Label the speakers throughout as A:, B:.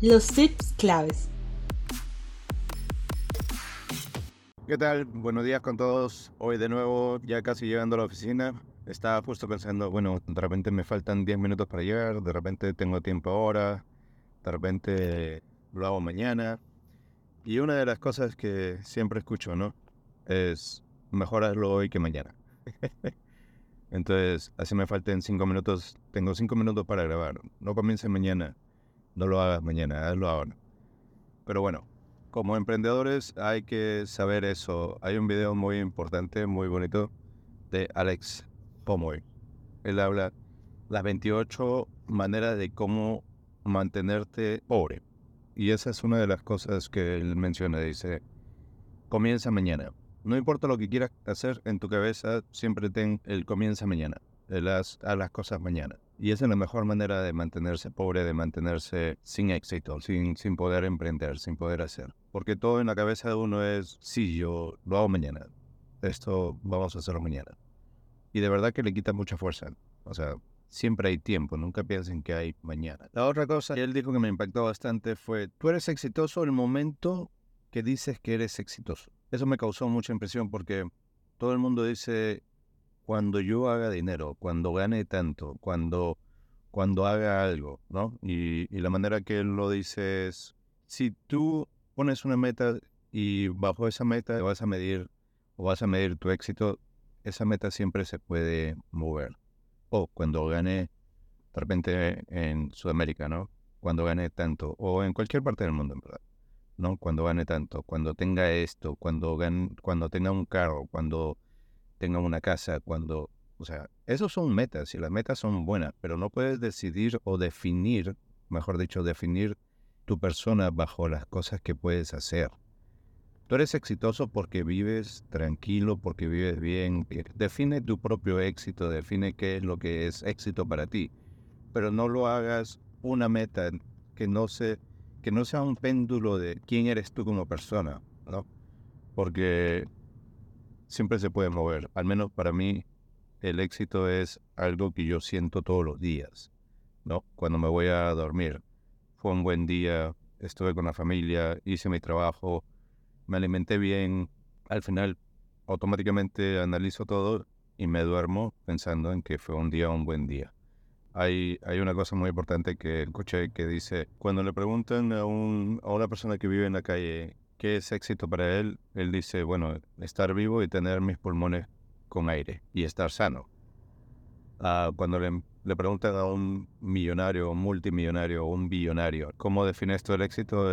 A: Los tips claves.
B: ¿Qué tal? Buenos días con todos. Hoy de nuevo, ya casi llegando a la oficina. Estaba justo pensando, bueno, de repente me faltan 10 minutos para llegar, de repente tengo tiempo ahora, de repente lo hago mañana. Y una de las cosas que siempre escucho, ¿no? Es mejor hazlo hoy que mañana. Entonces, así me falten 5 minutos, tengo 5 minutos para grabar. No comiences mañana, no lo hagas mañana, hazlo ahora. Pero bueno, como emprendedores hay que saber eso. Hay un video muy importante, muy bonito, de Alex Pomoy. Él habla las 28 maneras de cómo mantenerte pobre. Y esa es una de las cosas que él menciona. Dice, comienza mañana. No importa lo que quieras hacer en tu cabeza, siempre ten el comienza mañana. Haz las cosas mañana. Y esa es la mejor manera de mantenerse pobre, de mantenerse sin éxito, sin poder emprender, sin poder hacer. Porque todo en la cabeza de uno es, sí, yo lo hago mañana. Esto vamos a hacerlo mañana. Y de verdad que le quita mucha fuerza. O sea, siempre hay tiempo, nunca piensen que hay mañana. La otra cosa que él dijo que me impactó bastante fue, tú eres exitoso en el momento que dices que eres exitoso. Eso me causó mucha impresión porque todo el mundo dice, cuando yo haga dinero, cuando gane tanto, cuando haga algo, ¿no? Y la manera que él lo dice es, si tú pones una meta y bajo esa meta vas a medir tu éxito, esa meta siempre se puede mover. O cuando gane, de repente en Sudamérica, ¿no? Cuando gane tanto, o en cualquier parte del mundo, en verdad, ¿no? Cuando gane tanto, cuando tenga esto, cuando tenga un carro, cuando tenga una casa, o sea, esos son metas y las metas son buenas, pero no puedes decidir o definir, mejor dicho, definir tu persona bajo las cosas que puedes hacer. Tú eres exitoso porque vives tranquilo, porque vives bien. Define tu propio éxito, define qué es lo que es éxito para ti, pero no lo hagas una meta que no se, que no sea un péndulo de quién eres tú como persona, ¿no? Porque siempre se puede mover. Al menos para mí, el éxito es algo que yo siento todos los días, ¿no? Cuando me voy a dormir. Fue un buen día, estuve con la familia, hice mi trabajo, me alimenté bien. Al final, automáticamente analizo todo y me duermo pensando en que fue un buen día. Hay una cosa muy importante que escuché que dice, cuando le preguntan a una persona que vive en la calle qué es éxito para él, él dice, bueno, estar vivo y tener mis pulmones con aire y estar sano. Cuando le preguntan a un millonario, un multimillonario, un billonario, ¿cómo defines tú el éxito?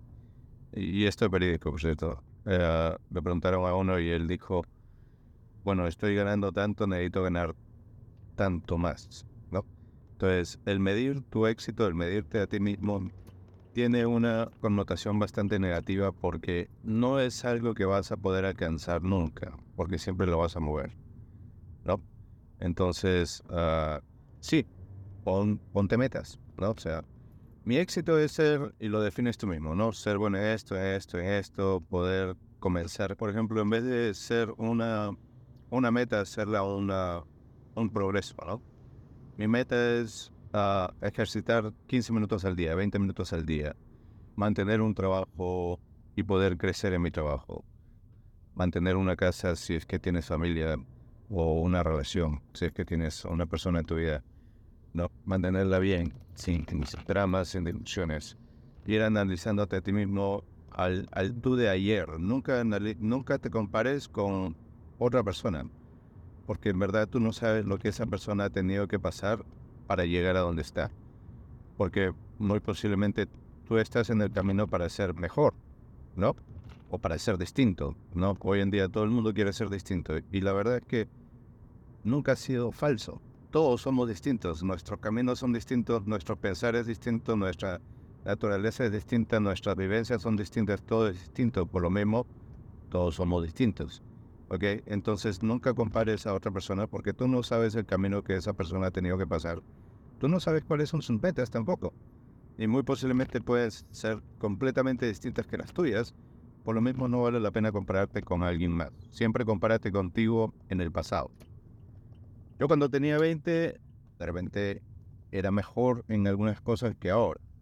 B: Y esto es verídico, por cierto. Le preguntaron a uno y él dijo, bueno, estoy ganando tanto, necesito ganar tanto más, ¿no? Entonces, el medir tu éxito, el medirte a ti mismo, tiene una connotación bastante negativa porque no es algo que vas a poder alcanzar nunca, porque siempre lo vas a mover, ¿no? Entonces, sí, ponte metas, ¿no? O sea, mi éxito es ser, y lo defines tú mismo, ¿no? Ser bueno en esto, poder comenzar, por ejemplo, en vez de ser una meta, hacerla un progreso, ¿no? Mi meta es ejercitar 15 minutos al día, 20 minutos al día, mantener un trabajo y poder crecer en mi trabajo, mantener una casa si es que tienes familia o una relación, si es que tienes a una persona en tu vida, ¿no? Mantenerla bien, sin dramas, sin discusiones, ir analizándote a ti mismo al tú de ayer. Nunca te compares con otra persona, porque en verdad tú no sabes lo que esa persona ha tenido que pasar para llegar a donde está, porque muy posiblemente tú estás en el camino para ser mejor, ¿no? O para ser distinto, ¿no? Hoy en día todo el mundo quiere ser distinto y la verdad es que nunca ha sido falso. Todos somos distintos, nuestros caminos son distintos, nuestro pensar es distinto, nuestra naturaleza es distinta, nuestras vivencias son distintas, todo es distinto. Por lo mismo, todos somos distintos. ¿Ok? Entonces nunca compares a otra persona porque tú no sabes el camino que esa persona ha tenido que pasar. Tú no sabes cuáles son sus metas tampoco. Y muy posiblemente pueden ser completamente distintas que las tuyas. Por lo mismo no vale la pena compararte con alguien más. Siempre compárate contigo en el pasado. Yo cuando tenía 20, de repente era mejor en algunas cosas que ahora.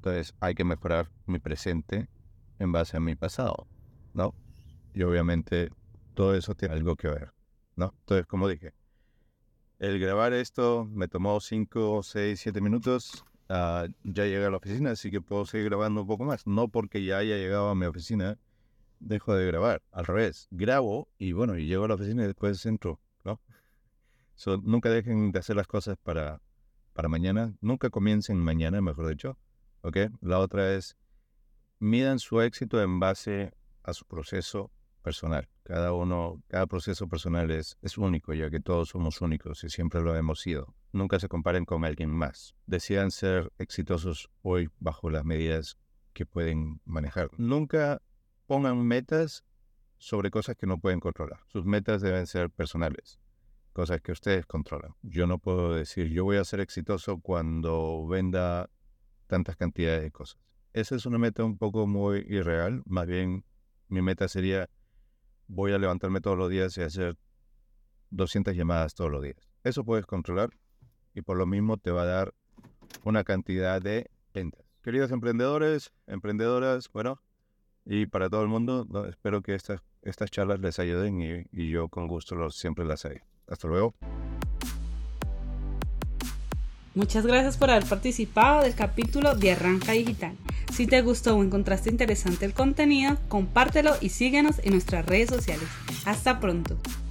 B: Entonces hay que mejorar mi presente en base a mi pasado, ¿no? Y obviamente todo eso tiene algo que ver, ¿no? Entonces, como dije, el grabar esto me tomó 5, 6, 7 minutos. Ya llegué a la oficina, así que puedo seguir grabando un poco más. No porque ya haya llegado a mi oficina, dejo de grabar. Al revés, grabo y bueno, y llego a la oficina y después entro, ¿no? Nunca dejen de hacer las cosas para mañana. Nunca comiencen mañana, mejor dicho, ¿ok? La otra es, midan su éxito en base a su proceso personal. Cada proceso personal es único, ya que todos somos únicos y siempre lo hemos sido. Nunca se comparen con alguien más. Decidan ser exitosos hoy bajo las medidas que pueden manejar. Nunca pongan metas sobre cosas que no pueden controlar. Sus metas deben ser personales, cosas que ustedes controlan. Yo no puedo decir, yo voy a ser exitoso cuando venda tantas cantidades de cosas. Esa es una meta un poco muy irreal. Más bien, mi meta sería, voy a levantarme todos los días y hacer 200 llamadas todos los días. Eso puedes controlar y por lo mismo te va a dar una cantidad de ventas. Queridos emprendedores, emprendedoras, bueno, y para todo el mundo, ¿no? Espero que estas charlas les ayuden y yo con gusto siempre las haré. Hasta luego.
A: Muchas gracias por haber participado del capítulo de Arranca Digital. Si te gustó o encontraste interesante el contenido, compártelo y síguenos en nuestras redes sociales. Hasta pronto.